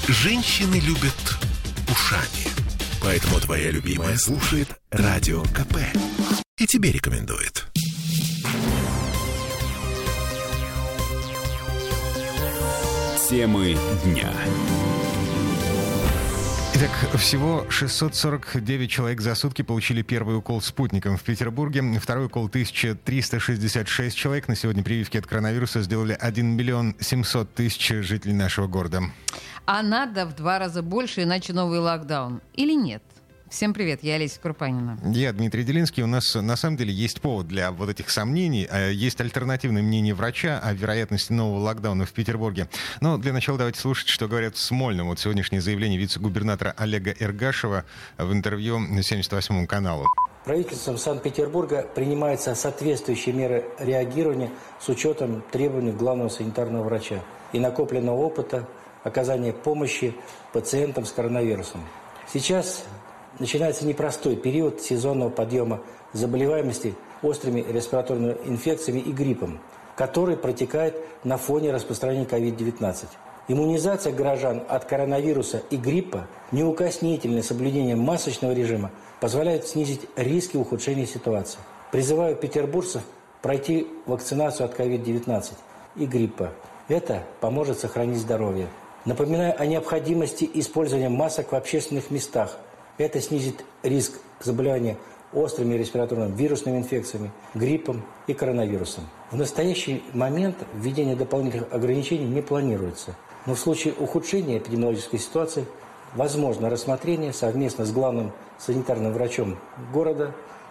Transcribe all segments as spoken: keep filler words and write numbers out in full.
Женщины любят ушами. Поэтому твоя любимая слушает Радио КП. И тебе рекомендует. Темы дня. Итак, всего шестьсот сорок девять человек за сутки получили первый укол спутником в Петербурге. Второй укол тысяча триста шестьдесят шесть человек. На сегодня прививки от коронавируса сделали один миллион семьсот тысяч жителей нашего города. А надо в два раза больше, иначе новый локдаун. Или нет? Всем привет, я Олеся Крупанина. Я Дмитрий Делинский. У нас на самом деле есть повод для вот этих сомнений. Есть альтернативное мнение врача о вероятности нового локдауна в Петербурге. Но для начала давайте слушать, что говорят в Смольном. Вот сегодняшнее заявление вице-губернатора Олега Эргашева в интервью семьдесят восьмому каналу. Правительством Санкт-Петербурга принимаются соответствующие меры реагирования с учетом требований главного санитарного врача и накопленного опыта оказания помощи пациентам с коронавирусом. Сейчас начинается непростой период сезонного подъема заболеваемости острыми респираторными инфекциями и гриппом, который протекает на фоне распространения ковид девятнадцать. Иммунизация горожан от коронавируса и гриппа, неукоснительное соблюдение масочного режима позволяет снизить риски ухудшения ситуации. Призываю петербуржцев пройти вакцинацию от ковид девятнадцать и гриппа. Это поможет сохранить здоровье. Напоминаю о необходимости использования масок в общественных местах. Это снизит риск заболевания острыми респираторными вирусными инфекциями, гриппом и коронавирусом. В настоящий момент введение дополнительных ограничений не планируется. Но в случае ухудшения эпидемиологической ситуации возможно рассмотрение совместно с главным санитарным врачом города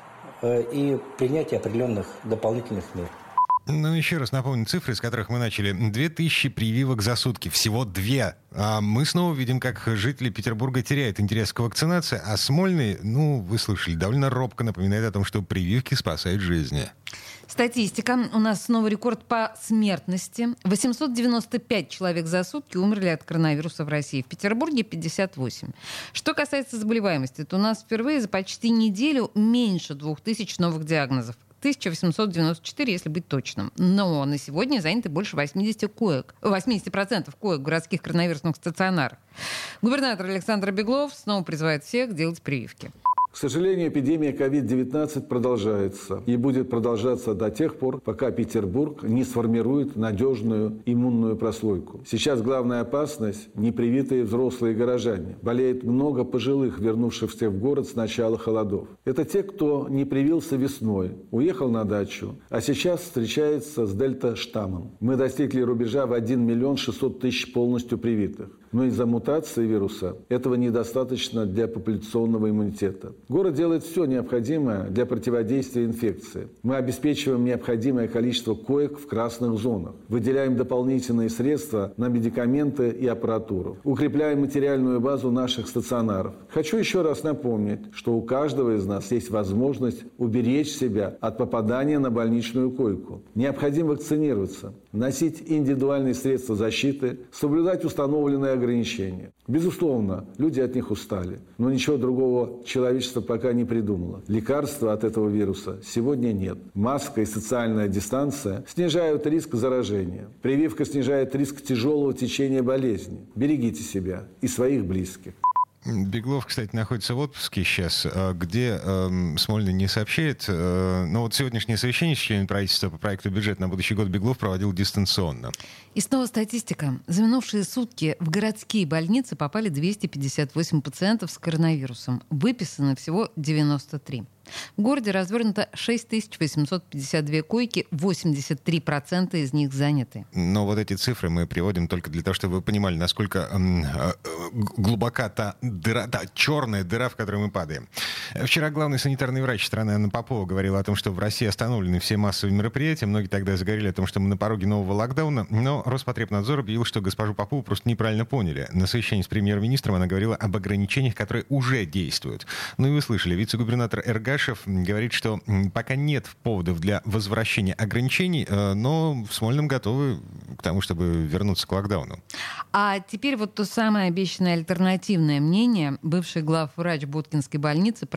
э, и принятие определенных дополнительных мер. Ну, еще раз напомню цифры, с которых мы начали. Две тысячи прививок за сутки. Всего две. А мы снова видим, как жители Петербурга теряют интерес к вакцинации, а Смольный, ну, вы слышали, довольно робко напоминает о том, что прививки спасают жизни. Статистика. У нас снова рекорд по смертности. восемьсот девяносто пять человек за сутки умерли от коронавируса в России. В Петербурге пятьдесят восемь. Что касается заболеваемости, то у нас впервые за почти неделю меньше двух тысяч новых диагнозов. тысяча восемьсот девяносто четыре, если быть точным. Но на сегодня заняты больше восемьдесят коек, восемьдесят процентов коек в городских коронавирусных стационарах. Губернатор Александр Беглов снова призывает всех делать прививки. К сожалению, эпидемия ковид девятнадцать продолжается и будет продолжаться до тех пор, пока Петербург не сформирует надежную иммунную прослойку. Сейчас главная опасность – непривитые взрослые горожане. Болеет много пожилых, вернувшихся в город с начала холодов. Это те, кто не привился весной, уехал на дачу, а сейчас встречается с дельта-штаммом. Мы достигли рубежа в один миллион шестьсот тысяч полностью привитых. Но из-за мутации вируса этого недостаточно для популяционного иммунитета. Город делает все необходимое для противодействия инфекции. Мы обеспечиваем необходимое количество коек в красных зонах, выделяем дополнительные средства на медикаменты и аппаратуру, укрепляем материальную базу наших стационаров. Хочу еще раз напомнить, что у каждого из нас есть возможность уберечь себя от попадания на больничную койку. Необходимо вакцинироваться, носить индивидуальные средства защиты, соблюдать установленные ограничения. ограничения. Безусловно, люди от них устали, но ничего другого человечество пока не придумало. Лекарства от этого вируса сегодня нет. Маска и социальная дистанция снижают риск заражения. Прививка снижает риск тяжелого течения болезни. Берегите себя и своих близких. Беглов, кстати, находится в отпуске сейчас, где э, Смольный не сообщает. Э, но вот сегодняшнее совещание с членами правительства по проекту бюджета на будущий год Беглов проводил дистанционно. И снова статистика. За минувшие сутки в городские больницы попали двести пятьдесят восемь пациентов с коронавирусом. Выписано всего девяносто три. В городе развернуто шесть тысяч восемьсот пятьдесят две койки, восемьдесят три процента из них заняты. Но вот эти цифры мы приводим только для того, чтобы вы понимали, насколько э, э, глубока та дыра, та черная дыра, в которую мы падаем. Вчера главный санитарный врач страны Анна Попова говорила о том, что в России остановлены все массовые мероприятия. Многие тогда заговорили о том, что мы на пороге нового локдауна. Но Роспотребнадзор объявил, что госпожу Попову просто неправильно поняли. На совещании с премьер-министром она говорила об ограничениях, которые уже действуют. Ну и вы слышали, вице-губернатор Эргашев говорит, что пока нет поводов для возвращения ограничений, но в Смольном готовы к тому, чтобы вернуться к локдауну. А теперь вот то самое обещанное альтернативное мнение. Бывший главврач Боткинской больницы,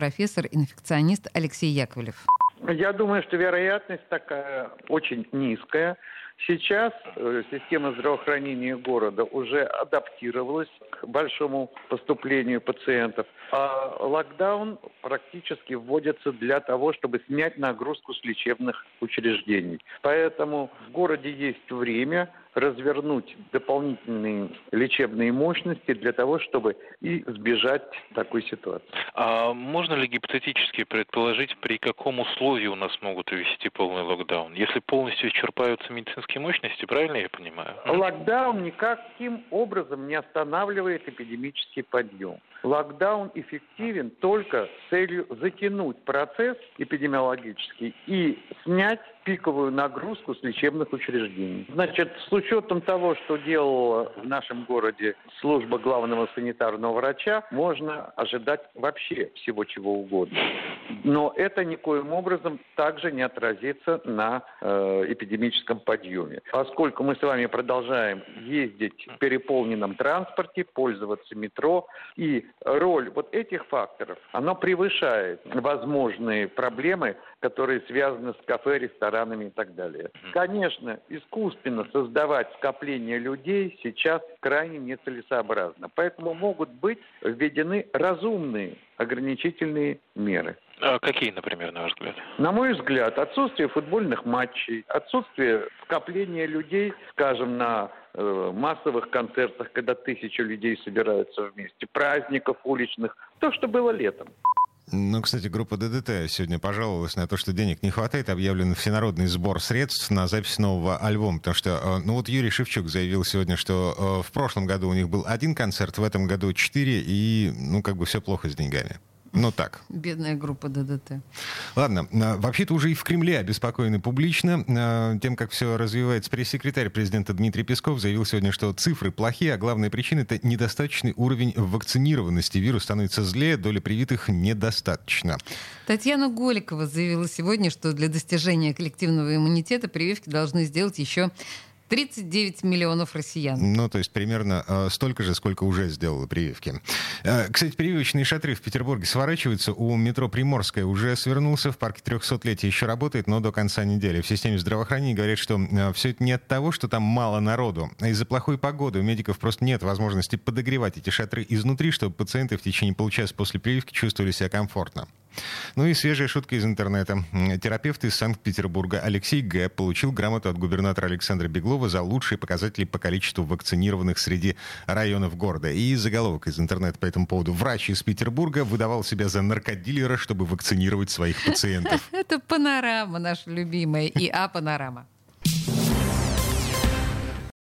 профессор-инфекционист Алексей Яковлев. Я думаю, что вероятность такая очень низкая. Сейчас э, система здравоохранения города уже адаптировалась к большому поступлению пациентов, а локдаун практически вводится для того, чтобы снять нагрузку с лечебных учреждений. Поэтому в городе есть время развернуть дополнительные лечебные мощности для того, чтобы и избежать такой ситуации. А можно ли гипотетически предположить, при каком условии у нас могут ввести полный локдаун? Если полностью исчерпаются медицинские мощности, правильно я понимаю? Локдаун никаким образом не останавливает эпидемический подъем. Локдаун эффективен только с целью затянуть процесс эпидемиологический и снять пиковую нагрузку с лечебных учреждений. Значит, с учетом того, что делала в нашем городе служба главного санитарного врача, можно ожидать вообще всего чего угодно. Но это никоим образом также не отразится на э, эпидемическом подъеме. Поскольку мы с вами продолжаем ездить в переполненном транспорте, пользоваться метро, и роль вот этих факторов, она превышает возможные проблемы, которые связаны с кафе, ресторанами и так далее. Конечно, искусственно создавать скопление людей сейчас крайне нецелесообразно. Поэтому могут быть введены разумные ограничительные меры. А какие, например, на ваш взгляд? На мой взгляд, отсутствие футбольных матчей, отсутствие скопления людей, скажем, на э, массовых концертах, когда тысячи людей собираются вместе, праздников уличных, то, что было летом. Ну, кстати, группа ДДТ сегодня пожаловалась на то, что денег не хватает. Объявлен всенародный сбор средств на запись нового альбома. Потому что, ну вот Юрий Шевчук заявил сегодня, что в прошлом году у них был один концерт, в этом году четыре, и, ну, как бы все плохо с деньгами. Ну так. Бедная группа ДДТ. Ладно. Вообще-то уже и в Кремле обеспокоены публично тем, как все развивается. Пресс-секретарь президента Дмитрий Песков заявил сегодня, что цифры плохие, а главная причина — это недостаточный уровень вакцинированности. Вирус становится злее, доля привитых недостаточно. Татьяна Голикова заявила сегодня, что для достижения коллективного иммунитета прививки должны сделать еще тридцать девять миллионов россиян. Ну, то есть примерно э, столько же, сколько уже сделало прививки. Э, кстати, прививочные шатры в Петербурге сворачиваются. У метро Приморская уже свернулся. В парке трехсотлетия еще работает, но до конца недели. В системе здравоохранения говорят, что э, все это не от того, что там мало народу, а из-за плохой погоды. У медиков просто нет возможности подогревать эти шатры изнутри, чтобы пациенты в течение получаса после прививки чувствовали себя комфортно. Ну и свежая шутка из интернета. Терапевт из Санкт-Петербурга Алексей Г. получил грамоту от губернатора Александра Беглова за лучшие показатели по количеству вакцинированных среди районов города. И заголовок из интернета по этому поводу. Врач из Петербурга выдавал себя за наркодилера, чтобы вакцинировать своих пациентов. Это «Панорама» наша любимая и А-панорама.